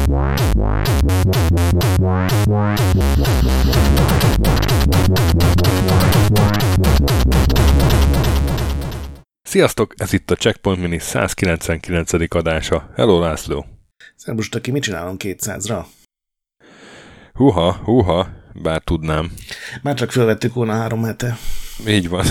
Sziasztok, ez itt a Checkpoint Mini 199. adása. Hello, László! Szerbus, aki mit csinálom 200-ra? Húha, bár tudnám. Már csak felvettük volna 3 hete. Így van.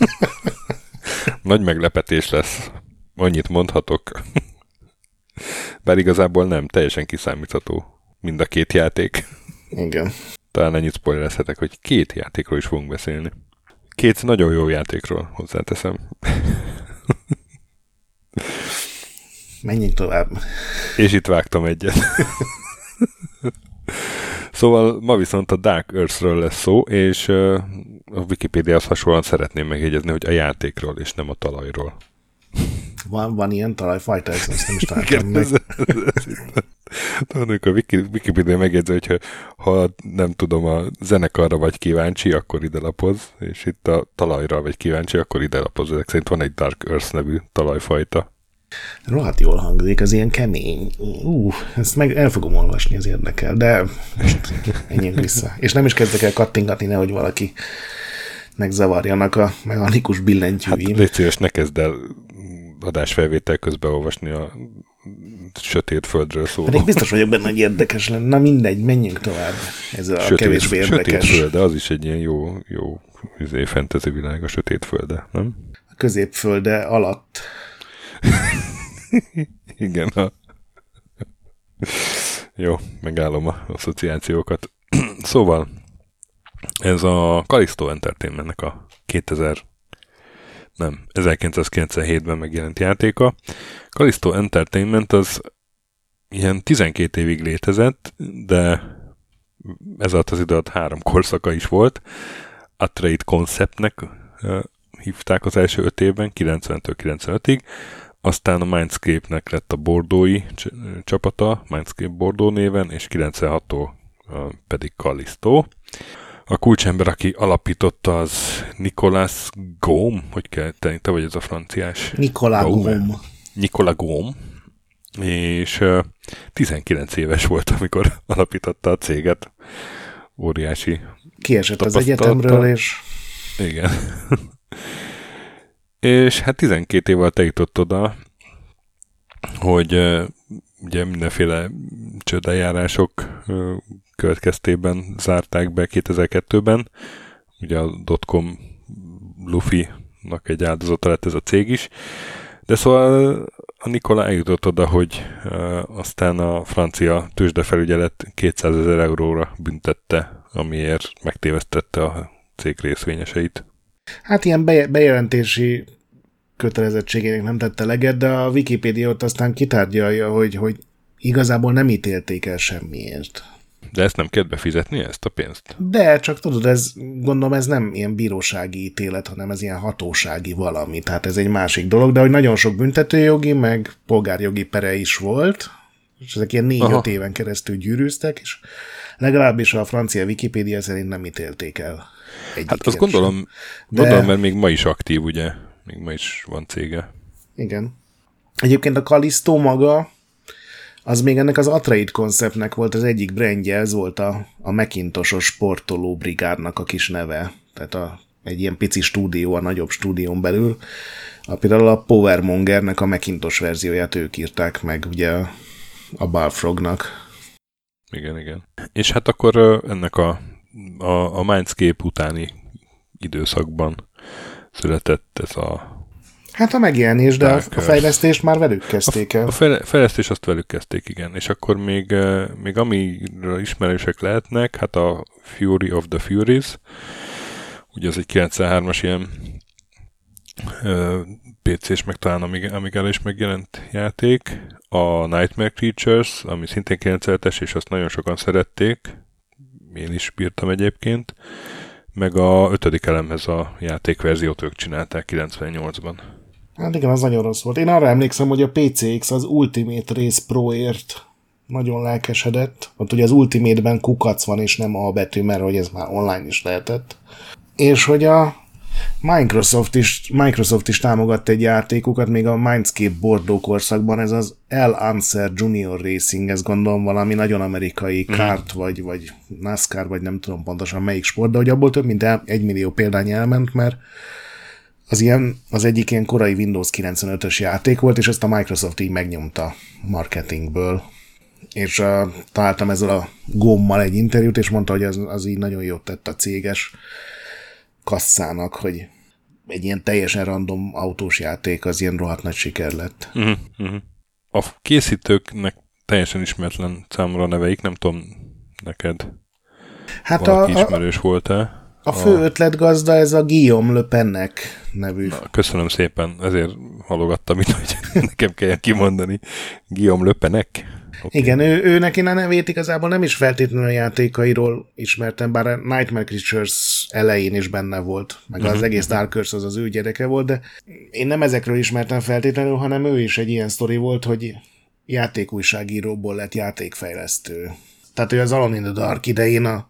Nagy meglepetés lesz. Annyit mondhatok. Bár igazából nem, teljesen kiszámítható mind a két játék. Igen. Talán ennyit spoilerezhetek, hogy 2 játékról is fogunk beszélni. 2 nagyon jó játékról, hozzáteszem. Menjünk tovább. És itt vágtam egyet. Szóval ma viszont a Dark Earth-ről lesz szó, és a Wikipédiához hasonlóan szeretném megjegyezni, hogy a játékról, és nem a talajról. Van ilyen talajfajta, ezt nem is találtam meg. A Wikipédia megjegyző, hogy ha nem tudom, a zenekarra vagy kíváncsi, akkor ide lapoz, és itt a talajra vagy kíváncsi, akkor ide lapoz. Ezek szerint van egy Dark Earth nevű talajfajta. Rohadt jól hangzik, az ilyen kemény. Ezt meg el fogom olvasni, az érdekel, de most menjünk vissza. És nem is kezdek el kattingatni, nehogy valaki megzavarjanak a mechanikus billentyűim. Hát légy szíves, ne kezd el adásfelvétel közben olvasni a sötét földről szóló. Pedig biztos vagyok benne, hogy érdekes lenne. Na mindegy, menjünk tovább. Ez a kevésbé érdekes. Sötét földe, az is egy ilyen jó fantasy világ, a sötét földe, nem? A középfölde alatt. Igen. Jó, megállom a asszociációkat. Szóval, ez a Callisto Entertainmentnek a 1997-ben megjelent játéka. Callisto Entertainment az ilyen 12 évig létezett, de ez alatt az idő alatt 3 korszaka is volt. Atreides Conceptnek hívták az első 5 évben, 90-től 95-ig. Aztán a Mindscape-nek lett a bordói csapata, Mindscape Bordeaux néven, és 96-tól pedig Callisto. A kulcsember, aki alapította, az Nicolas Gaume, hogy kell tenni, te vagy ez a franciás? Nicolas Gaume. És 19 éves volt, amikor alapította a céget. Óriási kiesett az egyetemről, és... Igen. És hát 12 év alatt eljutott oda, hogy ugye mindenféle csődeljárások következtében zárták be 2002-ben. Ugye a dotcom Luffy-nak egy áldozata lett ez a cég is. De szóval a Nikola eljutott oda, hogy aztán a francia tőzsdefelügyelet 200 000 euróra büntette, amiért megtévesztette a cég részvényeseit. Hát ilyen bejelentési kötelezettségének nem tette eleget, de a Wikipédia ott aztán kitárgyalja, hogy igazából nem ítélték el semmiért. De ezt nem kellett befizetni, ezt a pénzt? De, csak tudod, gondolom ez nem ilyen bírósági ítélet, hanem ez ilyen hatósági valami. Tehát ez egy másik dolog, de hogy nagyon sok büntetőjogi, meg polgárjogi pere is volt, és ezek ilyen 4-5 éven keresztül gyűrűztek, és legalábbis a francia Wikipédia szerint nem ítélték el. Hát azt gondolom, mert még ma is aktív, ugye? Még ma is van cége. Igen. Egyébként a Callisto maga, az még ennek az Atreides Conceptnek volt az egyik brandje, ez volt a Macintosos sportoló brigádnak a kis neve. Tehát egy ilyen pici stúdió, a nagyobb stúdión belül. Például a Powermongernek a Macintosh verzióját ők írták meg, ugye a Balfrognak. Igen. És hát akkor ennek a Mindscape utáni időszakban született ez a... Hát a megjelenés, de a fejlesztést már velük kezdték el. A fejlesztés azt velük kezdték, igen. És akkor még amiről ismerősek lehetnek, hát a Fury of the Furies, ugye az egy 93-as ilyen PC-s, meg talán Amigára is megjelent játék. A Nightmare Creatures, ami szintén 97-es, és azt nagyon sokan szerették. Én is bírtam egyébként. Meg a 5. elemhez a játékverziót ők csinálták 98-ban. Hát igen, az nagyon rossz volt. Én arra emlékszem, hogy a PCX az Ultimate Race Pro-ért nagyon lelkesedett. Ott ugye az Ultimate-ben kukac van, és nem A betű, mert hogy ez már online is lehetett. És hogy Microsoft is támogatta egy játékukat, még a Mindscape Bordeaux korszakban, ez az El Unser Junior Racing, ez gondolom valami nagyon amerikai kart, vagy NASCAR, vagy nem tudom pontosan melyik sport, de hogy abból több mint 1 millió példány elment, mert az egyik ilyen korai Windows 95-ös játék volt, és ezt a Microsoft így megnyomta marketingből. És találtam ezzel a gommal egy interjút, és mondta, hogy az így nagyon jót tett a céges kasszának, hogy egy ilyen teljesen random autós játék az ilyen rohadt nagy siker lett. A készítőknek teljesen ismeretlen számomra a neveik, nem tudom, neked valaki ismerős volt-e? A fő ötletgazda ez a Guillaume Le Pennec nevű. Na, köszönöm szépen, ezért halogattam itt, hogy nekem kell kimondani. Guillaume Le Pennec. Okay. Igen, ő neki a nevét igazából nem is feltétlenül a játékairól ismertem, bár a Nightmare Creatures elején is benne volt, meg az egész Dark Curse az ő gyereke volt, de én nem ezekről ismertem feltétlenül, hanem ő is egy ilyen sztori volt, hogy játékújságíróból lett játékfejlesztő. Tehát ő az Alone in the Dark idején a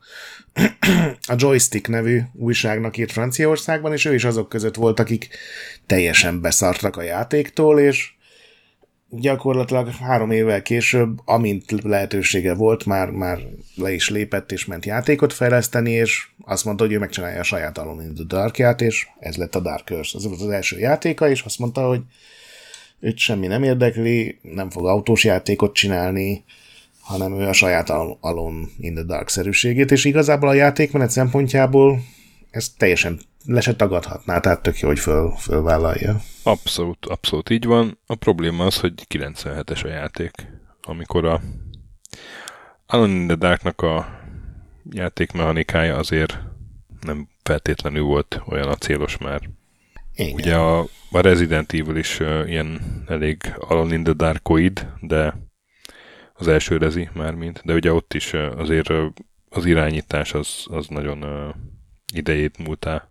Joystick nevű újságnak írt Franciaországban, és ő is azok között volt, akik teljesen beszartak a játéktól, és gyakorlatilag 3 évvel később, amint lehetősége volt, már le is lépett és ment játékot fejleszteni, és azt mondta, hogy ő megcsinálja a saját Alone in the Dark-ját, és ez lett a Dark Curse. Az volt az első játéka, és azt mondta, hogy őt semmi nem érdekli, nem fog autós játékot csinálni, hanem ő a saját Alone in the Dark-szerűségét, és igazából a játékmenet szempontjából ezt teljesen le se tagadhatná, tehát tök jó, hogy fölvállalja. Abszolút így van. A probléma az, hogy 97-es a játék, amikor a Alone in the Darknak a játékmechanikája azért nem feltétlenül volt olyan acélos már. Igen. Ugye a Resident Evil is ilyen elég Alone in the Darkoid, de az első rezi mármint, de ugye ott is azért az irányítás az nagyon idejét múltá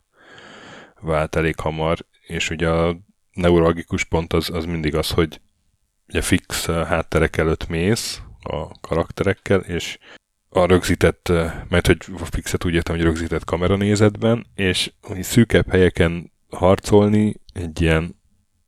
vált elég hamar, és ugye a neuralgikus pont az mindig az, hogy ugye fix hátterek előtt mész a karakterekkel, és a rögzített, mert hogy fixet úgy értem, hogy rögzített kameranézetben, és szűkebb helyeken harcolni egy ilyen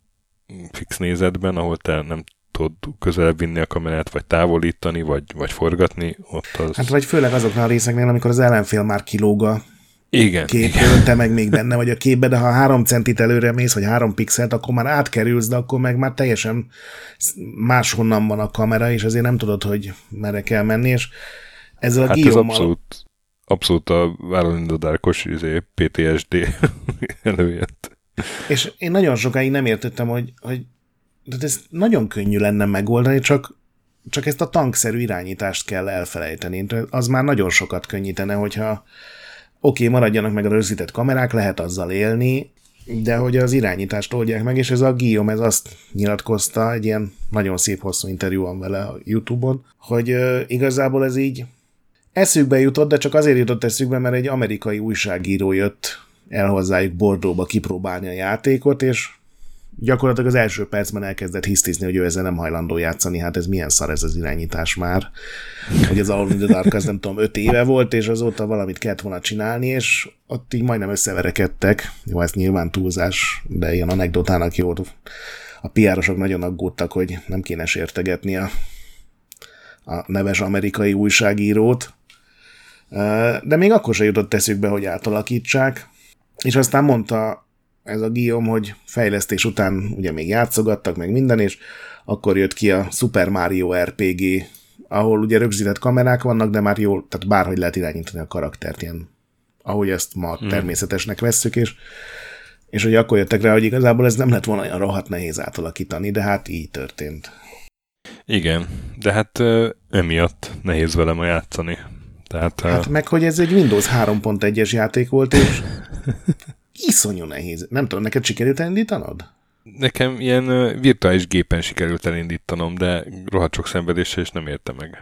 fix nézetben, ahol te nem tudod közelebb vinni a kamerát, vagy távolítani, vagy forgatni, ott az... Hát vagy főleg azoknál a részeknél, amikor az ellenfél már kilóg a képből, te meg még benne vagy a képbe, de ha 3 centit előre mész, vagy 3 pixelt, akkor már átkerülsz, de akkor meg már teljesen máshonnan van a kamera, és azért nem tudod, hogy merre kell menni, és ezzel a Guillaume-mal... ez abszolút a Alone in the Dark-os PTSD előjött. És én nagyon sokáig nem értettem, hogy de ez nagyon könnyű lenne megoldani, csak ezt a tankszerű irányítást kell elfelejteni. Az már nagyon sokat könnyítene, hogyha maradjanak meg a rögzített kamerák, lehet azzal élni, de hogy az irányítást oldják meg, és ez a Guillaume ez azt nyilatkozta, egy ilyen nagyon szép hosszú interjú van vele a YouTube-on, hogy igazából ez így eszükbe jutott, de csak azért jutott eszükbe, mert egy amerikai újságíró jött el hozzájuk Bordeauxba kipróbálni a játékot, és gyakorlatilag az első percben elkezdett hisztizni, hogy ő ezzel nem hajlandó játszani, hát ez milyen szar ez az irányítás már. Hogy az Alone in the Dark az nem tudom 5 éve volt, és azóta valamit kellett volna csinálni, és ott így majdnem összeverekedtek. Jó, ez nyilván túlzás, de ilyen anekdotának jó. A PR-osok nagyon aggódtak, hogy nem kéne sértegetni a neves amerikai újságírót. De még akkor se jutott eszükbe, hogy átalakítsák. És aztán mondta ez a Guillaume, hogy fejlesztés után ugye még játszogattak, meg minden, és akkor jött ki a Super Mario RPG, ahol ugye rögzített kamerák vannak, de már jól, tehát bárhogy lehet irányítani a karaktert, ilyen, ahogy ezt ma természetesnek vesszük, és hogy akkor jöttek rá, hogy igazából ez nem lett volna olyan rohadt nehéz átalakítani, de hát így történt. Igen, de hát emiatt nehéz vele ma játszani. Tehát, hát meg, hogy ez egy Windows 3.1-es játék volt, és iszonyú nehéz. Nem tudom, neked sikerült elindítanod? Nekem ilyen virtuális gépen sikerült elindítanom, de rohadt sok szenvedéssel, és nem érte meg.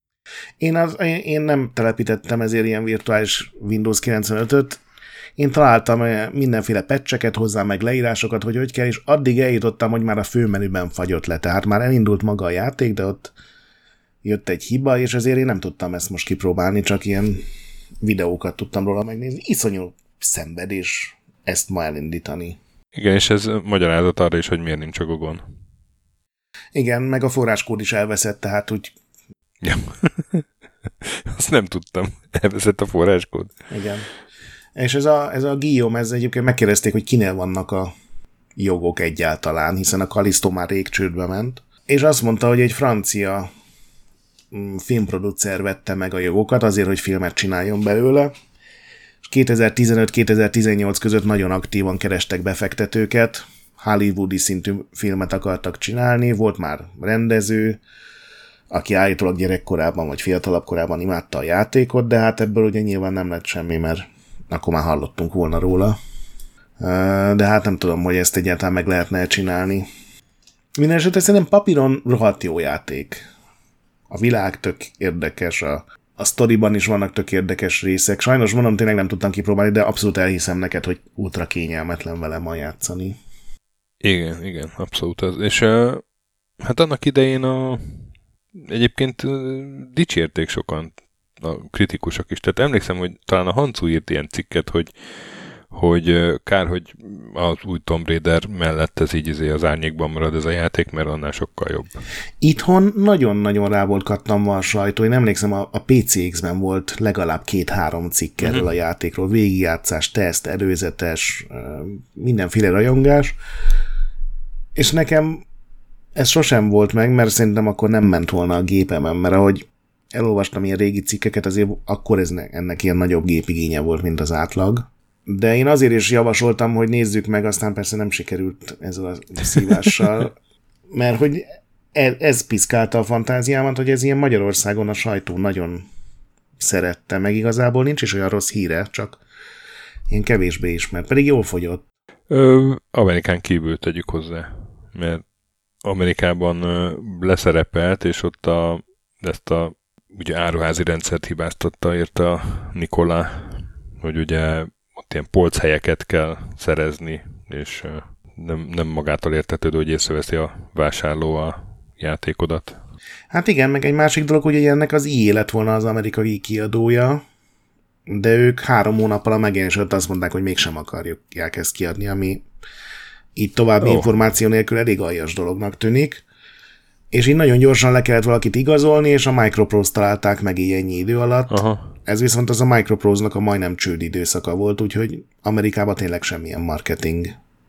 Én nem telepítettem ezért ilyen virtuális Windows 95-öt. Én találtam mindenféle patcheket hozzá, meg leírásokat, hogy kell, és addig eljutottam, hogy már a főmenüben fagyott le. Tehát már elindult maga a játék, de ott jött egy hiba, és ezért én nem tudtam ezt most kipróbálni, csak ilyen videókat tudtam róla megnézni. Iszonyú szenvedés ezt ma elindítani. Igen, és ez magyarázat arra is, hogy miért nincs a Gogon. Igen, meg a forráskód is elveszett, tehát úgy... Ja. Azt nem tudtam. Elveszett a forráskód. Igen. És ez a Guillaume, ez egyébként megkérdezték, hogy kinél vannak a jogok egyáltalán, hiszen a Callisto már rég csődbe ment. És azt mondta, hogy egy francia filmproducer vette meg a jogokat azért, hogy filmet csináljon belőle. És 2015-2018 között nagyon aktívan kerestek befektetőket, hollywoodi szintű filmet akartak csinálni, volt már rendező, aki állítólag gyerekkorában vagy fiatalabb korában imádta a játékot, de hát ebből ugye nyilván nem lett semmi, mert akkor már hallottunk volna róla. De hát nem tudom, hogy ezt egyáltalán meg lehetne csinálni. Mindenesetre szerintem papíron rohadt jó játék. A világ tök érdekes, a sztoriban is vannak tök érdekes részek. Sajnos mondom, tényleg nem tudtam kipróbálni, de abszolút elhiszem neked, hogy ultra kényelmetlen vele ma játszani. Igen, abszolút az. És hát annak idején egyébként dicsérték sokan a kritikusok is. Tehát emlékszem, hogy talán a Hancu írt ilyen cikket, hogy kár, hogy az új Tomb Raider mellett ez így az árnyékban marad ez a játék, mert annál sokkal jobb. Itthon nagyon-nagyon rá volt kattanva a sajtó. Én emlékszem, a PCX-ben volt legalább 2-3 cikk erről a játékról. Végigjátszás, teszt, előzetes, mindenféle rajongás. És nekem ez sosem volt meg, mert szerintem akkor nem ment volna a gépemen, mert ahogy elolvastam ilyen régi cikkeket, azért akkor ennek ilyen nagyobb gépigénye volt, mint az átlag. De én azért is javasoltam, hogy nézzük meg, aztán persze nem sikerült ezzel a szívással, mert hogy ez piszkálta a fantáziámat, hogy ez ilyen Magyarországon a sajtó nagyon szerette, meg igazából nincs is olyan rossz híre, csak ilyen kevésbé ismert, pedig jól fogyott. Amerikán kívül tegyük hozzá, mert Amerikában leszerepelt, és ott ezt a ugye áruházi rendszert hibáztatta, írta a Nikolá, hogy ugye ott ilyen polchelyeket kell szerezni, és nem magától értetődő, hogy észreveszi a vásárló a játékodat. Hát igen, meg egy másik dolog, hogy ennek az EA lett volna az amerikai kiadója, de ők 3 hónappal a megjelenés előtt azt mondták, hogy mégsem akarják ezt kiadni, ami így további információ nélkül elég aljas dolognak tűnik. És így nagyon gyorsan le kellett valakit igazolni, és a Microprose találták meg így ennyi idő alatt. Aha. Ez viszont az a Microprose-nak a majdnem csőd időszaka volt, úgyhogy Amerikában tényleg semmilyen marketing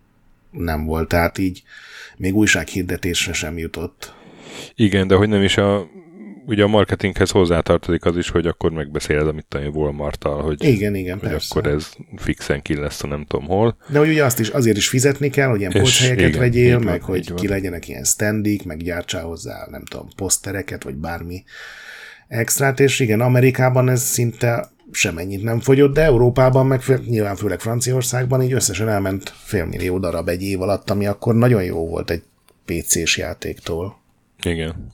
nem volt, tehát így még újsághirdetésre sem jutott. Igen, de hogy nem is ugye a marketinghez hozzátartozik az is, hogy akkor megbeszéled, amit a Walmart-tal, hogy, igen, hogy persze. akkor ez fixen ki lesz, nem tudom hol. De hogy ugye azt is azért is fizetni kell, hogy ilyen polchelyeket vegyél, meg van, hogy ki legyenek ilyen standik, meg gyártsál hozzá, nem tudom, posztereket, vagy bármi extrát, és igen, Amerikában ez szinte semennyit nem fogyott, de Európában, meg nyilván főleg Franciaországban így összesen elment 500 000 darab egy év alatt, ami akkor nagyon jó volt egy PC-s játéktól. Igen.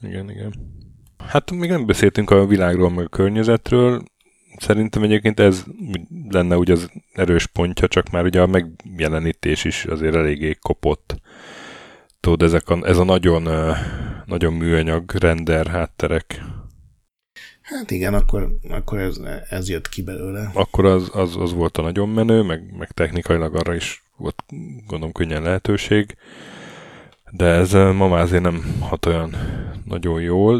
Hát még nem beszéltünk a világról, meg a környezetről. Szerintem egyébként ez lenne ugye az erős pontja, csak már ugye a megjelenítés is azért eléggé kopott. Tudod, ez a nagyon, nagyon műanyag render hátterek. Hát igen, akkor ez jött ki belőle. Akkor az volt a nagyon menő, meg technikailag arra is volt, gondolom, könnyen lehetőség. De ez ma már azért nem hat olyan nagyon jól,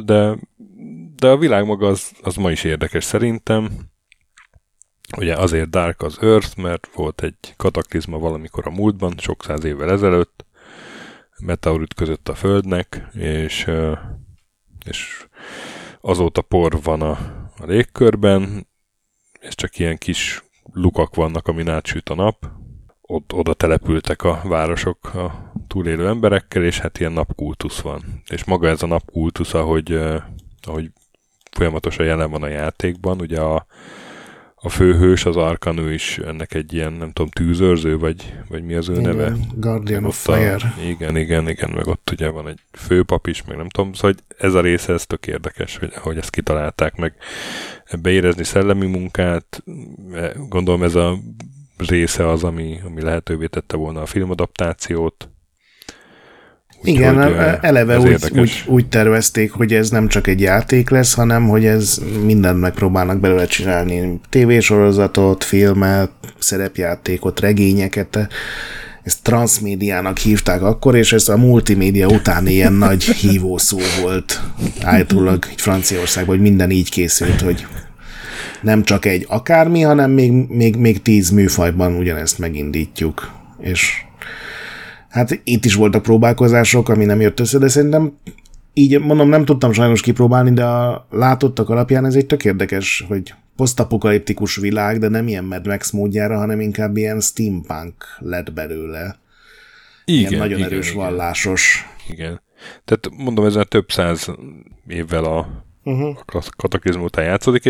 de a világ maga az ma is érdekes szerintem. Ugye azért Dark az Earth, mert volt egy kataklizma valamikor a múltban, sok száz évvel ezelőtt, meteor ütközött a Földnek, és azóta por van a légkörben, és csak ilyen kis lukak vannak, amin átsüt a nap. Oda települtek a városok a túlélő emberekkel, és hát ilyen napkultusz van. És maga ez a napkultusz, ahogy folyamatosan jelen van a játékban, ugye a főhős, az Arkanő is ennek egy ilyen, nem tudom, tűzőrző, vagy mi az ő neve? Guardian of Fire. Igen, meg ott ugye van egy főpap is, meg nem tudom, szóval ez a része, ez tök érdekes, hogy ezt kitalálták meg. Ebbe érezni szellemi munkát, gondolom ez a része az, ami lehetővé tette volna a filmadaptációt. Igen, eleve úgy tervezték, hogy ez nem csak egy játék lesz, hanem hogy ez mindent megpróbálnak belőle csinálni. TV-sorozatot, filmet, szerepjátékot, regényeket. Ezt transzmédiának hívták akkor, és ez a multimédia után ilyen nagy hívószó volt állítólag Franciaországban, hogy minden így készült, hogy nem csak egy akármi, hanem még 10 műfajban ugyanezt megindítjuk. És hát itt is voltak próbálkozások, ami nem jött össze, de szerintem így mondom, nem tudtam sajnos kipróbálni, de a látottak alapján ez egy tök érdekes, hogy posztapokaliptikus világ, de nem ilyen Mad Max módjára, hanem inkább ilyen steampunk lett belőle. Igen, ilyen nagyon erős, vallásos. Igen. Tehát mondom, ezen több száz évvel a kataklizmus után játszódik,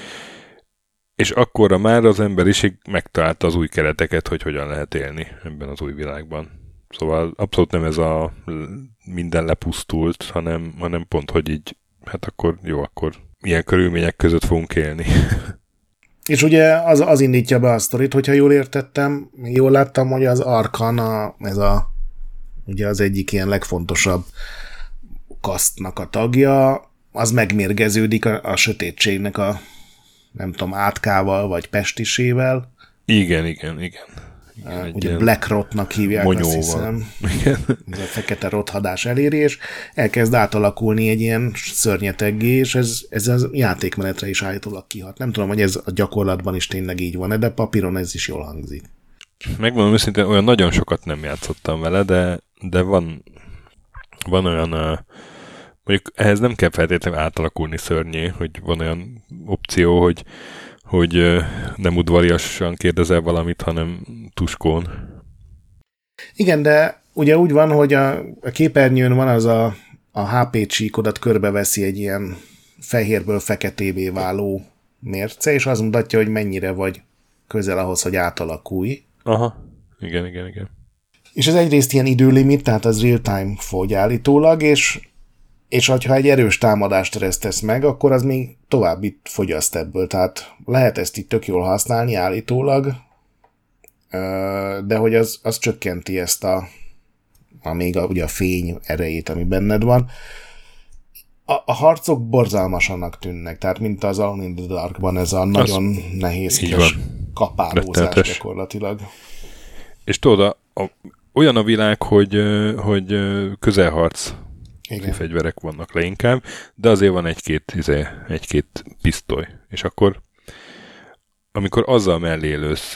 és akkorra már az emberiség megtalálta az új kereteket, hogy hogyan lehet élni ebben az új világban. Szóval abszolút nem ez a minden lepusztult, hanem pont, hogy így, hát akkor jó, akkor ilyen körülmények között fogunk élni. És ugye az indítja be a sztorit, hogyha jól értettem, jól láttam, hogy az Arkan, ugye az egyik ilyen legfontosabb kasztnak a tagja, az megmérgeződik a sötétségnek a nem tudom, átkával, vagy pestisével. Igen. Ugye Black Rotnak hívják, Monyóval. Azt hiszem. Igen. Ez a fekete rothadás eléri, és elkezd átalakulni egy ilyen szörnyeteggé, és ez a játékmenetre is állítólag kihat. Nem tudom, hogy ez a gyakorlatban is tényleg így van, de papíron ez is jól hangzik. Megmondom őszintén, olyan nagyon sokat nem játszottam vele, de van olyan, mondjuk ehhez nem kell feltétlenül átalakulni szörnyé, hogy van olyan opció, hogy nem udvariasan kérdezel valamit, hanem tuskón. Igen, de ugye úgy van, hogy a képernyőn van az a HP csíkodat körbeveszi egy ilyen fehérből feketévé váló mérce, és az mutatja, hogy mennyire vagy közel ahhoz, hogy átalakulj. Aha, igen. És ez egyrészt ilyen időlimit, tehát az real-time fogy állítólag, és ha egy erős támadást eresztesz meg, akkor az még további fogyaszt ebből. Tehát lehet ezt itt tök jól használni állítólag, de hogy az csökkenti ezt ugye a fény erejét, ami benned van. A harcok borzalmasanak tűnnek, tehát mint az Alone in the Darkban ez a nagyon nehézkes kapálózás gyakorlatilag. És tudod, olyan a világ, hogy közelharc fegyverek vannak leginkább, de azért van egy-két pisztoly. És akkor, amikor azzal mellé lősz,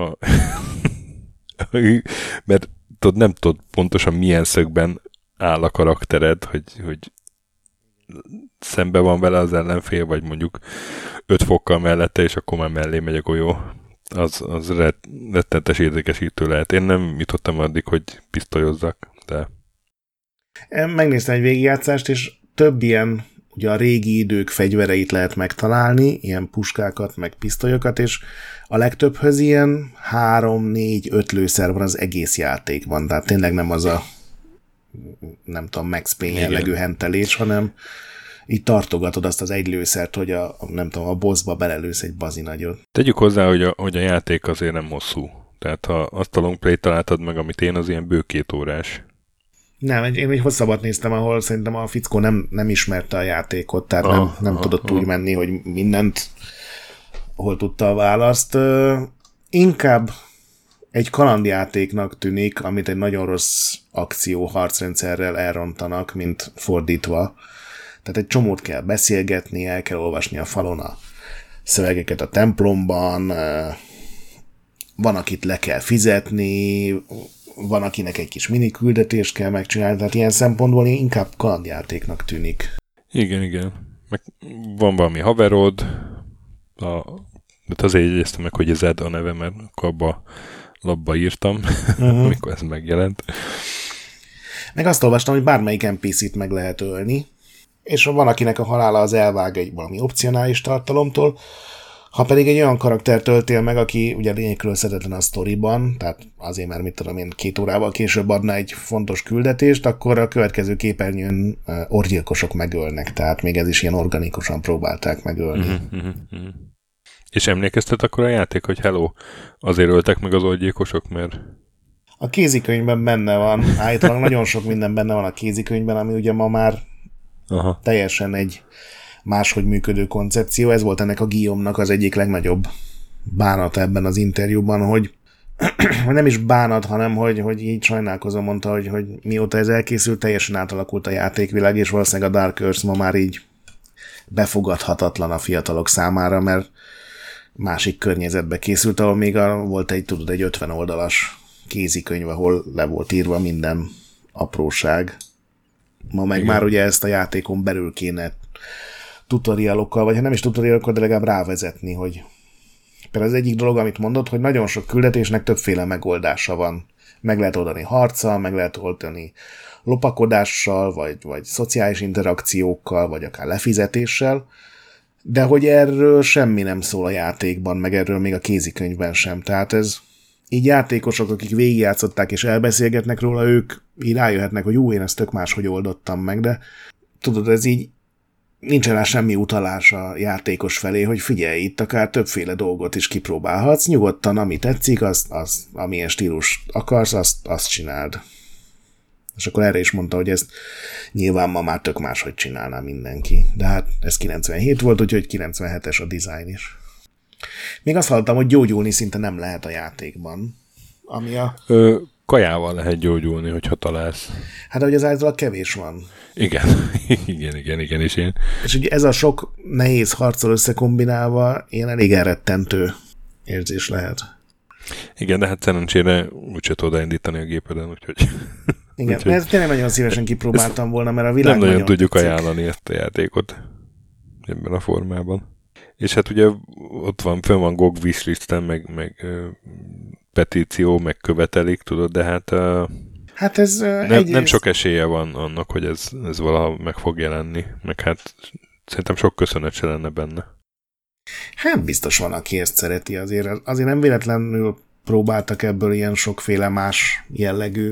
mert nem tudod pontosan milyen szögben áll a karaktered, hogy szembe van vele az ellenfél, vagy mondjuk 5 fokkal mellette, és akkor már mellé megy a golyó. Az rettenetes érzékesítő lehet. Én nem jutottam addig, hogy pisztolyozzak, de... Megnéztem egy végigjátszást, és több ilyen, ugye a régi idők fegyvereit lehet megtalálni, ilyen puskákat, meg pisztolyokat, és a legtöbbhöz ilyen 3-4-5 lőszer van az egész játékban, tehát tényleg nem az a nem tudom, Max Payne jellegű hentelés, hanem így tartogatod azt az egy lőszert, hogy nem tudom, a bossba belelősz egy bazinagyot. Tegyük hozzá, hogy a játék azért nem hosszú. Tehát ha azt a longplay találtad meg, amit én, az ilyen bő 2 órás. Nem, én egy hosszabbat néztem, ahol szerintem a fickó nem ismerte a játékot, tehát nem tudott úgy menni, hogy mindent hol tudta a választ. Inkább egy kalandjátéknak tűnik, amit egy nagyon rossz akció harcrendszerrel elrontanak, mint fordítva. Tehát egy csomót kell beszélgetni, el kell olvasni a falon a szövegeket a templomban, van, akit le kell fizetni, van, akinek egy kis mini küldetést kell megcsinálni, tehát ilyen szempontból inkább kalandjátéknak tűnik. Igen. Meg van valami haverod, de azért jegyeztem meg, hogy ez Zed a neve, mert akkor abba labba írtam, amikor ez megjelent. Meg azt olvastam, hogy bármelyik NPC-t meg lehet ölni, és van, akinek a halála az elvág egy valami opcionális tartalomtól, ha pedig egy olyan karakter töltél meg, aki ugye lényegről szedetlen a sztoriban, tehát azért már, mit tudom én, 2 órával később adna egy fontos küldetést, akkor a következő képernyőn orgyilkosok megölnek, tehát még ez is ilyen organikusan próbálták megölni. És emlékeztet akkor a játék, hogy hello, azért öltek meg az orgyilkosok, mert... A kézikönyvben benne van, állítólag nagyon sok minden benne van a kézikönyvben, ami ugye ma már teljesen egy máshogy működő koncepció. Ez volt ennek a Guillaume-nak az egyik legnagyobb bánat ebben az interjúban, hogy nem is bánat, hanem hogy így sajnálkozom, mondta, hogy mióta ez elkészült, teljesen átalakult a játékvilág, és valószínűleg a Dark Earth ma már így befogadhatatlan a fiatalok számára, mert másik környezetbe készült, ahol még volt egy 50 oldalas kézikönyv, ahol le volt írva minden apróság. Ma meg már ugye ezt a játékon belül kéne tutorialokkal, vagy ha nem is tutorialokkal, de legalább rávezetni, hogy például az egyik dolog, amit mondott, hogy nagyon sok küldetésnek többféle megoldása van. Meg lehet oldani harccal, meg lehet oldani lopakodással, vagy szociális interakciókkal, vagy akár lefizetéssel, de hogy erről semmi nem szól a játékban, meg erről még a kézikönyvben sem. Tehát ez így játékosok, akik végigjátszották és elbeszélgetnek róla, ők így rájöhetnek, hogy én ezt tök máshogy oldottam meg, de tudod, ez így nincsen rá semmi utalás a játékos felé, hogy figyelj, itt akár többféle dolgot is kipróbálhatsz, nyugodtan, ami tetszik, amilyen stílus akarsz, azt csináld. És akkor erre is mondta, hogy ezt nyilván ma már tök máshogy csinálná mindenki. De hát ez 97 volt, úgyhogy 97-es a design is. Még azt hallottam, hogy gyógyulni szinte nem lehet a játékban. Ami kajával lehet gyógyulni, hogyha találsz. Hát, hogy az általában kevés van. Igen, igen, és én. És ugye ez a sok nehéz harccal összekombinálva ilyen elég elrettentő érzés lehet. Igen, de hát szerencsére úgyse tudod elindítani a gépeden, úgyhogy... Igen, úgyhogy ezt tényleg nagyon szívesen kipróbáltam volna, mert a világ nem nagyon tudjuk tetszik. ajánlani ezt a játékot ebben a formában. És hát ugye ott fönn van GOG wishlisten, meg petíció, meg követelik, tudod, de hát, hát ez nem sok esélye van annak, hogy ez valaha meg fog jelenni, meg hát szerintem sok köszönet se lenne benne. Hát biztos van, aki ezt szereti azért nem véletlenül próbáltak ebből ilyen sokféle más jellegű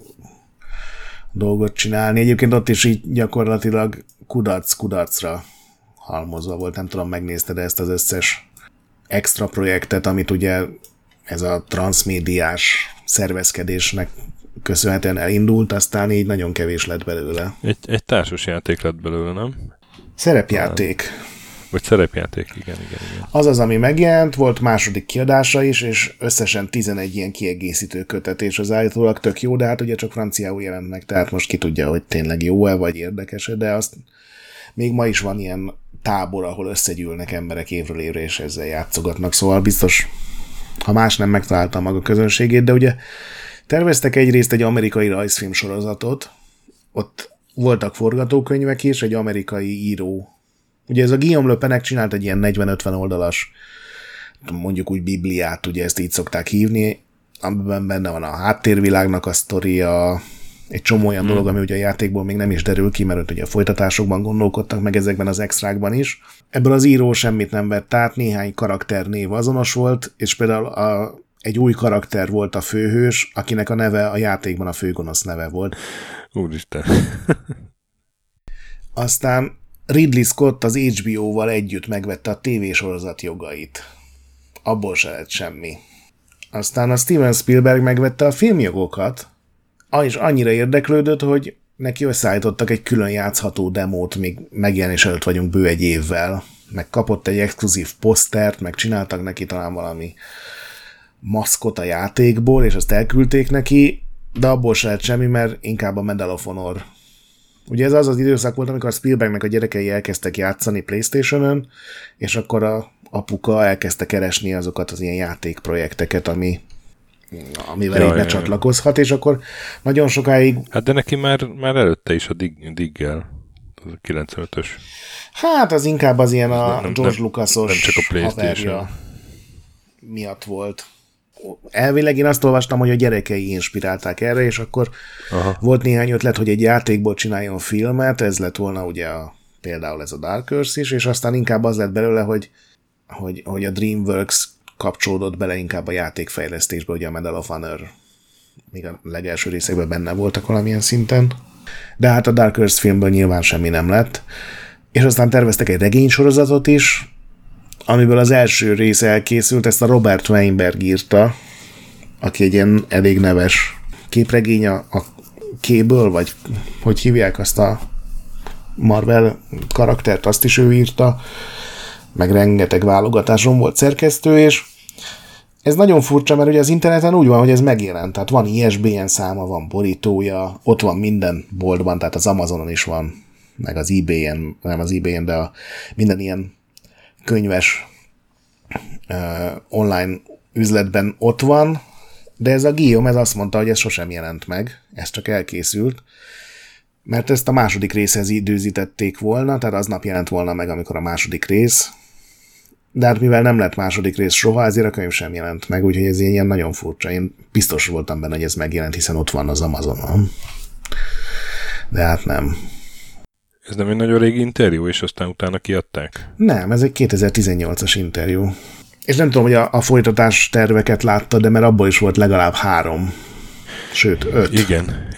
dolgot csinálni. Egyébként ott is így gyakorlatilag kudarcra halmozva volt. Nem tudom, megnézted ezt az összes extra projektet, amit ugye ez a transzmédiás szervezkedésnek köszönhetően elindult, aztán így nagyon kevés lett belőle. Egy társas játék lett belőle, nem? Szerepjáték. Vagy szerepjáték, igen. Az, ami megjelent, volt második kiadása is, és összesen 11 ilyen kiegészítő kötet, és az állítólag tök jó, de hát ugye csak franciául jelent meg, tehát most ki tudja, hogy tényleg jó-e, vagy érdekes-e, de azt még ma is van ilyen tábor, ahol összegyűlnek emberek évről évre, és ezzel játszogatnak, szóval biztos, ha más nem, megtalálta maga közönségét, de ugye terveztek egyrészt egy amerikai rajzfilm sorozatot, ott voltak forgatókönyvek is, egy amerikai író. Ugye ez a Guillaume Le Penek csinált egy ilyen 40-50 oldalas, mondjuk úgy bibliát, ugye ezt így szokták hívni, amiben benne van a háttérvilágnak a sztoria, egy csomó olyan dolog, ami ugye a játékból még nem is derül ki, mert ugye a folytatásokban gondolkodtak meg ezekben az extrákban is. Ebből az író semmit nem vett át, néhány karakternév azonos volt, és például egy új karakter volt a főhős, akinek a neve a játékban a főgonosz neve volt. Úristen. Aztán Ridley Scott az HBO-val együtt megvette a tévésorozat jogait. Abból se lett semmi. Aztán a Steven Spielberg megvette a filmjogokat, és annyira érdeklődött, hogy neki összeállítottak egy külön játszható demót, még megjelenés előtt vagyunk bő egy évvel, meg kapott egy exkluzív posztert, meg csináltak neki talán valami maszkot a játékból, és azt elküldték neki, de abból se lett semmi, mert inkább a Medal of Honor. Ugye ez az időszak volt, amikor Spielbergnek a gyerekei elkezdtek játszani PlayStation-ön, és akkor a apuka elkezdte keresni azokat az ilyen játékprojekteket, amivel így becsatlakozhat, és akkor nagyon sokáig... Hát de neki már előtte is a Diggel, az a 95-ös. Hát az inkább az ilyen a George Lucas-os nem csak a PlayStation haverja miatt volt. Elvileg én azt olvastam, hogy a gyerekei inspirálták erre, és akkor volt néhány ötlet, hogy egy játékból csináljon filmet, ez lett volna ugye például ez a Dark Earth is, és aztán inkább az lett belőle, hogy a DreamWorks kapcsolódott bele inkább a játékfejlesztésbe, ugye a Medal of Honor még a legelső részekben benne voltak valamilyen szinten, de hát a Dark Earth filmből nyilván semmi nem lett, és aztán terveztek egy regénysorozatot is, amiből az első része elkészült, ezt a Robert Weinberg írta, aki egy ilyen elég neves képregény, a Cable, vagy hogy hívják azt a Marvel karaktert, azt is ő írta, meg rengeteg válogatáson volt szerkesztő, és ez nagyon furcsa, mert ugye az interneten úgy van, hogy ez megjelent, tehát van ISBN száma, van borítója, ott van minden boltban, tehát az Amazonon is van, meg az eBay-en, nem az eBay-en, de minden ilyen könyves online üzletben ott van, de ez a Guillaume, ez azt mondta, hogy ez sosem jelent meg, ez csak elkészült, mert ezt a második részhez időzítették volna, tehát aznap jelent volna meg, amikor a második rész, de hát mivel nem lett második rész soha, ezért a könyv sem jelent meg, úgyhogy ez ilyen nagyon furcsa. Én biztos voltam benne, hogy ez megjelent, hiszen ott van az Amazonon. De hát nem. Ez nem egy nagyon régi interjú, és aztán utána kiadták? Nem, ez egy 2018-as interjú. És nem tudom, hogy a folytatás terveket látta, de mert abból is volt legalább 3. Sőt, 5. Igen.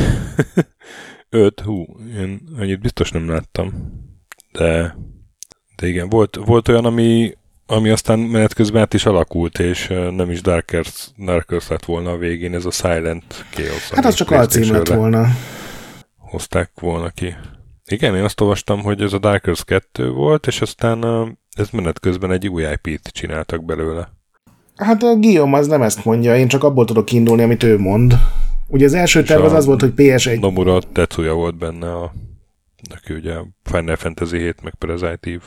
5? Én annyit biztos nem láttam. De igen, volt olyan, ami aztán menet közben át is alakult, és nem is Darkers lett volna a végén, ez a Silent Chaos. Hát az csak alcím lett volna. Hozták volna ki. Igen, én azt olvastam, hogy ez a Darkers 2 volt, és aztán ez menet közben egy új IP-t csináltak belőle. Hát a Guillaume az nem ezt mondja, én csak abból tudok indulni, amit ő mond. Ugye az első terv az volt, hogy PS1... Nomura Tetsuya volt benne, aki ugye Final Fantasy 7 meg Prezative.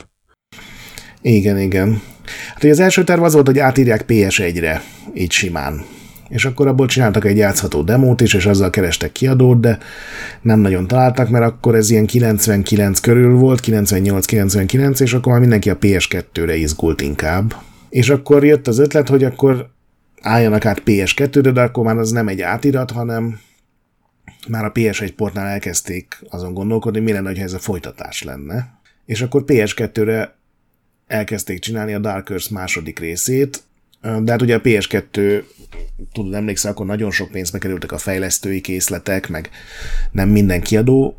Igen. Hát ugye az első terv az volt, hogy átírják PS1-re, így simán. És akkor abból csináltak egy játszható demót is, és azzal kerestek kiadót, de nem nagyon találtak, mert akkor ez ilyen 99 körül volt, 98-99, és akkor már mindenki a PS2-re izgult inkább. És akkor jött az ötlet, hogy akkor álljanak át PS2-re, de akkor már az nem egy átirat, hanem már a PS1 portnál elkezdték azon gondolkodni, mi lenne, ha ez a folytatás lenne. És akkor PS2-re elkezdték csinálni a Darkers második részét, de hát ugye a PS2, tudod, emlékszel, akkor nagyon sok pénzbe kerültek a fejlesztői készletek, meg nem minden kiadó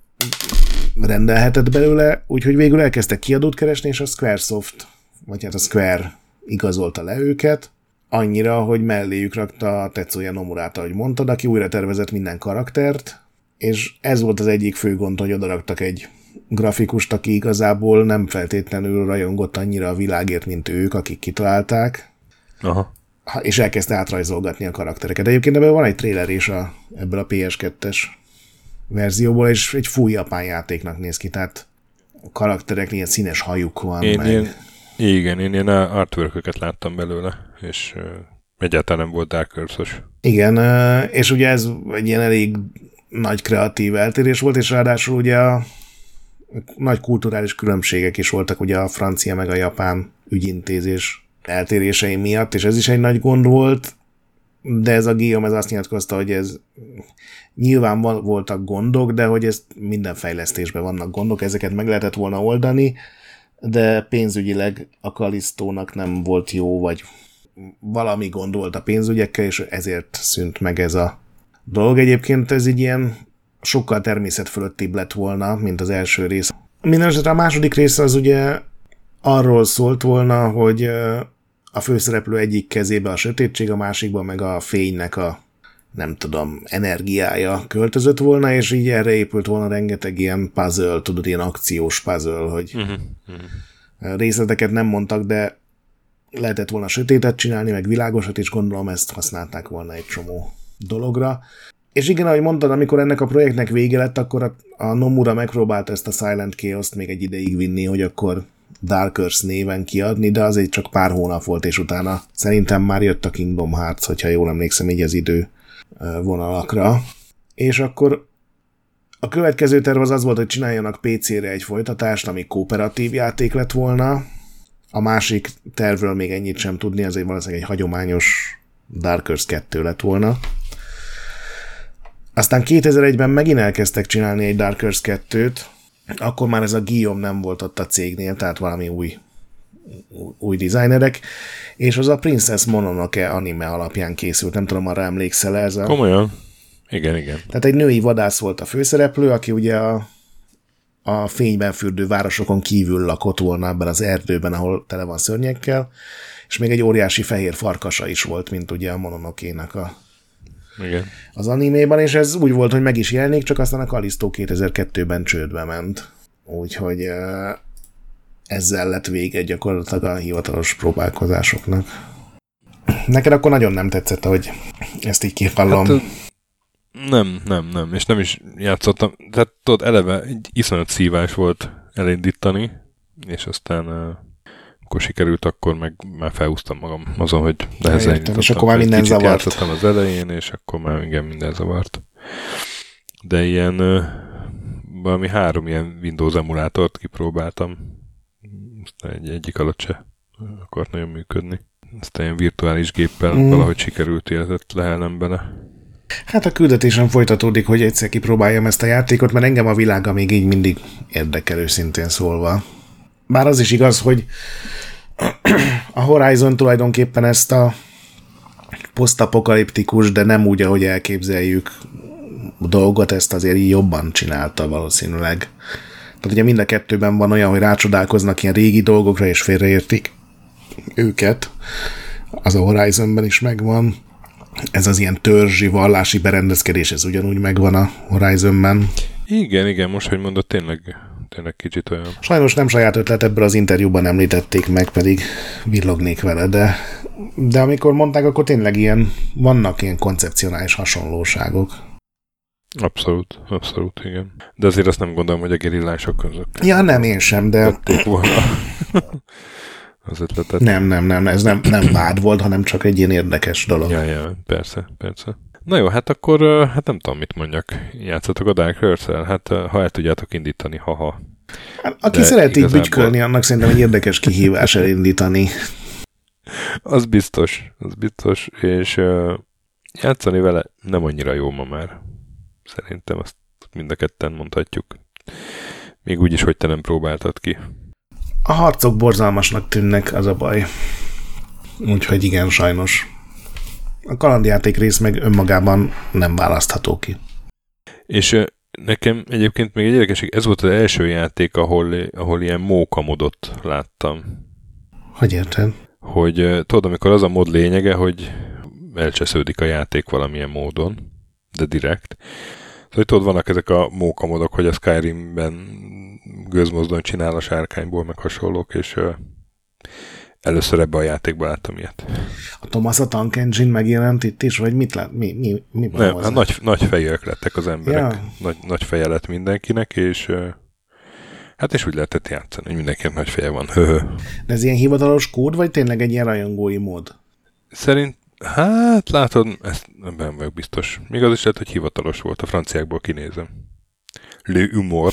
rendelhetett belőle, úgyhogy végül elkezdtek kiadót keresni, és a Squaresoft, vagy hát a Square igazolta le őket, annyira, hogy melléjük rakta a Tetsuya Nomurát, ahogy mondtad, aki újra tervezett minden karaktert, és ez volt az egyik fő gond, hogy odaraktak egy grafikust, aki igazából nem feltétlenül rajongott annyira a világért, mint ők, akik kitalálták. Aha. És elkezdte átrajzolgatni a karaktereket. Egyébként ebben van egy trailer is ebből a PS2-es verzióból, és egy full japán játéknak néz ki, tehát a karakterek ilyen színes hajuk van. Én ilyen artwork-öket láttam belőle, és egyáltalán nem volt Darkers-os. Igen, és ugye ez egy ilyen elég nagy kreatív eltérés volt, és ráadásul ugye a nagy kulturális különbségek is voltak ugye a francia meg a japán ügyintézés eltérései miatt, és ez is egy nagy gond volt, de ez a Guillaume ez azt nyilatkozta, hogy ez nyilván voltak gondok, de hogy ez minden fejlesztésben vannak gondok, ezeket meg lehetett volna oldani, de pénzügyileg a Callisto-nak nem volt jó, vagy valami gond volt a pénzügyekkel, és ezért szűnt meg ez a dolog. Egyébként ez így ilyen sokkal természetfölöttibb lett volna, mint az első rész. Mindenesetre a második rész az ugye arról szólt volna, hogy a főszereplő egyik kezébe a sötétség, a másikba meg a fénynek a, nem tudom, energiája költözött volna, és így erre épült volna rengeteg ilyen puzzle, tudod, ilyen akciós puzzle, hogy részleteket nem mondtak, de lehetett volna sötétet csinálni, meg világosat is, gondolom ezt használták volna egy csomó dologra. És igen, ahogy mondtad, amikor ennek a projektnek vége lett, akkor a Nomura megpróbált ezt a Silent Chaos-t még egy ideig vinni, hogy akkor Darkers néven kiadni, de azért csak pár hónap volt, és utána szerintem már jött a Kingdom Hearts, hogyha jól emlékszem így az idő vonalakra. És akkor a következő terv az volt, hogy csináljanak PC-re egy folytatást, ami kooperatív játék lett volna. A másik tervről még ennyit sem tudni, azért valószínűleg egy hagyományos Darkers 2 lett volna. Aztán 2001-ben megint elkezdtek csinálni egy Darkers 2-t, akkor már ez a Guillaume nem volt ott a cégnél, tehát valami új designerek, és az a Princess Mononoke anime alapján készült, nem tudom, arra emlékszel ez a... Komolyan? Igen. Tehát egy női vadász volt a főszereplő, aki ugye a fényben fürdő városokon kívül lakott volna ebben az erdőben, ahol tele van szörnyekkel, És még egy óriási fehér farkasa is volt, mint ugye a Mononoke-nak Igen. az animében, és ez úgy volt, hogy meg is jelenik, csak aztán a Callisto 2002-ben csődbe ment. Úgyhogy ezzel lett vége gyakorlatilag a hivatalos próbálkozásoknak. Neked akkor nagyon nem tetszett, hogy ezt így kihallom. Hát, nem, és nem is játszottam. Tehát tudod, eleve egy iszonyat szívás volt elindítani, és aztán akkor sikerült, akkor meg már felhúztam magam azon, hogy nehezen indítottam. És akkor már minden zavart. Játszottam az elején, és akkor már igen, minden zavart. De ilyen valami 3 ilyen Windows emulátort kipróbáltam. Aztán egyik alatt se akart nagyon működni. Aztán ilyen virtuális géppel valahogy sikerült életet lehelnem bele. Hát a küldetésem folytatódik, hogy egyszer kipróbáljam ezt a játékot, mert engem a világa még így mindig érdekel, őszintén szólva. Bár az is igaz, hogy a Horizon tulajdonképpen ezt a posztapokaliptikus, de nem úgy, ahogy elképzeljük dolgot, ezt azért így jobban csinálta valószínűleg. Tehát ugye mind a kettőben van olyan, hogy rácsodálkoznak ilyen régi dolgokra, és félreértik őket. Az a Horizonben is megvan. Ez az ilyen törzsi, vallási berendezkedés, ez ugyanúgy megvan a Horizonben. Igen, most, hogy mondod, tényleg kicsit olyan. Sajnos nem saját ötlet, ebből az interjúban említették meg, pedig villognék vele, de amikor mondták, akkor tényleg vannak ilyen koncepcionális hasonlóságok. Abszolút, igen. De azért azt nem gondolom, hogy a gerillások azok. Ja, nem, én sem, de... tették volna az ötletet. Nem, ez nem vád volt, hanem csak egy ilyen érdekes dolog. Ja, persze. Na jó, hát akkor hát nem tudom, mit mondjak. Játszatok a Dark Earth-el? Hát ha el tudjátok indítani, haha. Aki de szereti igazából... bütykölni, annak szerintem egy érdekes kihívás elindítani. Az biztos, és játszani vele nem annyira jó ma már. Szerintem azt mind a ketten mondhatjuk. Még úgy is, hogy te nem próbáltad ki. A harcok borzalmasnak tűnnek, az a baj. Úgyhogy igen, sajnos. A kalandjáték rész meg önmagában nem választható ki. És nekem egyébként még egy érdekesség, ez volt az első játék, ahol ilyen móka modot láttam. Hogy érted? Hogy tudod, amikor az a mod lényege, hogy elcsesződik a játék valamilyen módon, de direkt. Szóval tudod, vannak ezek a móka modok, hogy a Skyrimben gőzmozdony csinál a sárkányból, meg hasonlók, és először ebbe a játékban láttam ilyet. A Thomas a Tank Engine megjelent itt is, vagy mit lát? Mi nem, hát nagy fejűek lettek az emberek. Ja. Nagy feje lett mindenkinek, és hát és úgy lehetett játszani, hogy mindenkinek nagy feje van. De ez ilyen hivatalos kód, vagy tényleg egy ilyen rajongói mód? Hát látod, ezt nem vagyok biztos. Még az is lehet, hogy hivatalos volt, a franciákból kinézem. Le humor.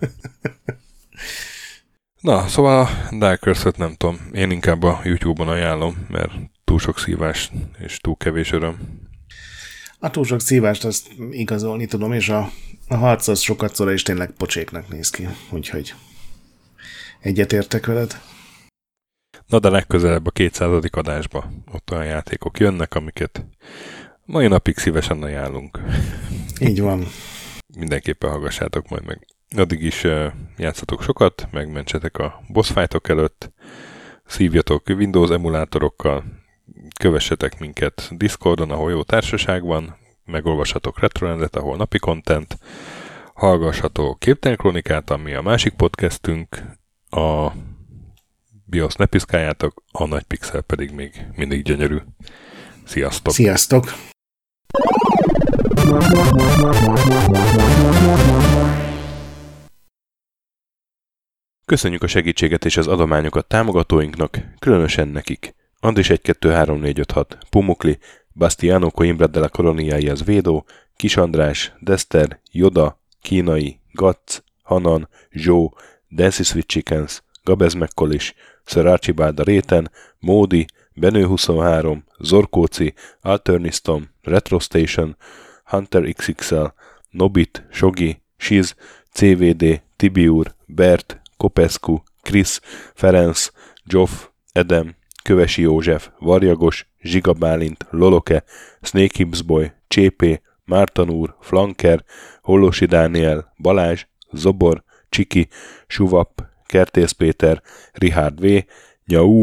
Na, szóval a Dark Earth-et nem tudom. Én inkább a YouTube-on ajánlom, mert túl sok szívás és túl kevés öröm. A túl sok szívást azt igazolni tudom, és a harc az sokatszor is tényleg pocséknak néz ki. Úgyhogy egyetértek veled. Na, de legközelebb a 200. adásba ott olyan játékok jönnek, amiket mai napig szívesen ajánlunk. Így van. Mindenképpen hallgassátok majd meg. Addig is játszatok sokat, megmentsetek a boss fightok előtt, szívjatok Windows emulátorokkal, kövessetek minket Discordon, ahol jó társaság van, megolvashatok Retrolandet, ahol napi content, hallgassatok Képtelen Krónikát, ami a másik podcastünk, a BIOS ne piszkáljátok, a Nagy Pixel pedig még mindig gyönyörű. Sziasztok! Sziasztok! Köszönjük a segítséget és az adományokat támogatóinknak, különösen nekik. Andris 1, 2, 3, 4, 5, 6, Pumukli, Bastiano Coimbra de la Coloniai az Védó, Kis András, Dester, Joda, Kínai, Gatz, Hanan, Zsó, Dancy Sweet Chickens, Gabez Mekkolis, Sir Archibald a Réten, Módi, Benő 23, Zorkóci, Alternistom, Retrostation, Hunter XXL, Nobit, Sogi, Siz, CVD, Tibiur, Bert, Kopescu, Krisz, Ferenc, Zsoff, Edem, Kövesi József, Varjagos, Zsiga Bálint, Loloke, Snake Hips Boy, Csépé, Márton úr, Flanker, Hollosi Dániel, Balázs, Zobor, Csiki, Suvap, Kertész Péter, Richard V, Nyau,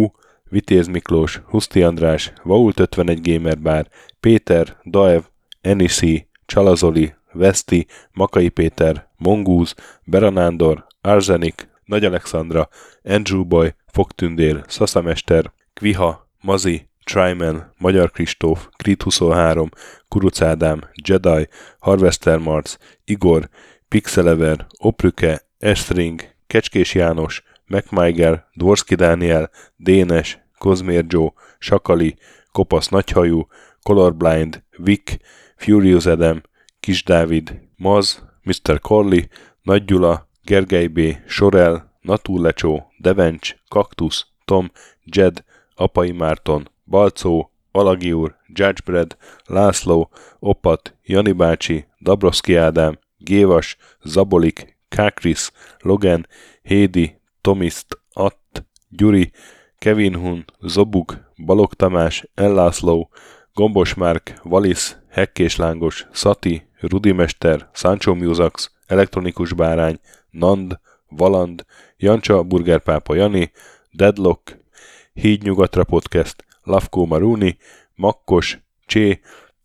Vitéz Miklós, Huszti András, Vault 51 Gamer Bar, Péter, Daev, Enisi, Csalazoli, Veszti, Makai Péter, Mongúz, Beranándor, Arzenik, Nagy Alexandra, Andrew Boy, Fogtündér, Szaszamester, Kviha, Mazi, Tryman, Magyar Kristóf, Krit 23, Kuruc Ádám, Jedi, Harvester Marc, Igor, Pixelever, Oprüke, Estring, Kecskés János, MacMiger, Dvorski Dániel, Dénes, Kozmér Joe, Sakali, Kopasz Nagyhajú, Colorblind, Vic, Furious Adam, Kis Dávid, Maz, Mr. Corley, Nagy Gyula, Gergely B., Sorel, Naturlecsó, Devencs, Kaktusz, Tom, Jed, Apai Márton, Balcó, Alagi úr, Judgebred, László, Opat, Jani bácsi, Dabrowski Ádám, Gévas, Zabolik, Kákris, Logan, Hédi, Tomiszt, Att, Gyuri, Kevin Hun, Zobug, Balog Tamás, Ellászló, Gombos Márk, Valisz, Hekkés Lángos, Szati, Rudimester, Sancho Musax, Elektronikus Bárány, Nand, Valand, Jancsa, Burgerpápa Jani, Deadlock, Hídnyugatra Podcast, Lavkó Maruni, Makkos, Csé,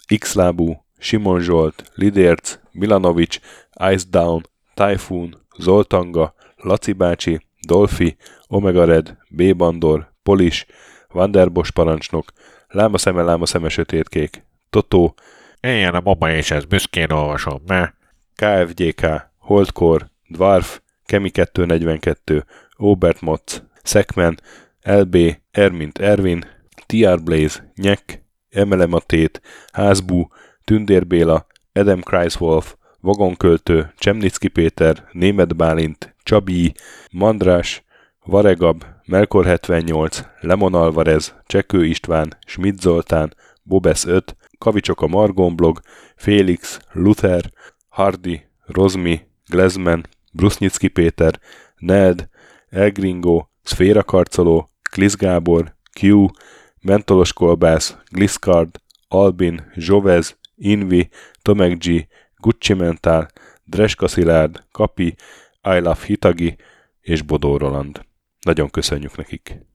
Xlábú, Simon Zsolt, Lidérc, Milanovic, Ice Down, Typhoon, Zoltanga, Laci bácsi, Dolfi, Omega Red, B. Bandor, Polis, Vanderbos parancsnok, Lámaszeme sötétkék, Totó, Éljen a mama és ez büszkén olvasom, mert KFGK, Holdcore, Dwarf, Kemi 242, Obert Motz, Szekmen, LB, Ermint Ervin, TR Blaze, Nyek, Emelematét, Házbú, Tündér Béla, Adam Kreiswolf, Vagonköltő, Csemnicki Péter, Németh Bálint, Csabi, Mandrás, Varegab, Melkor 78, Lemon Alvarez, Csekő István, Schmidt Zoltán, Bobesz 5, Kavicsok a Margon blog, Félix, Luther, Hardy, Rozmi, Glezman, Brusznyicki Péter, Ned, Elgringo, Szféra Karcoló, Klisz Gábor, Q, Mentolos Kolbász, Gliscard, Albin, Zsovez, Invi, Tomek G, Gucci Mentál, Dreska Szilárd, Kapi, I Love Hitagi és Bodó Roland. Nagyon köszönjük nekik!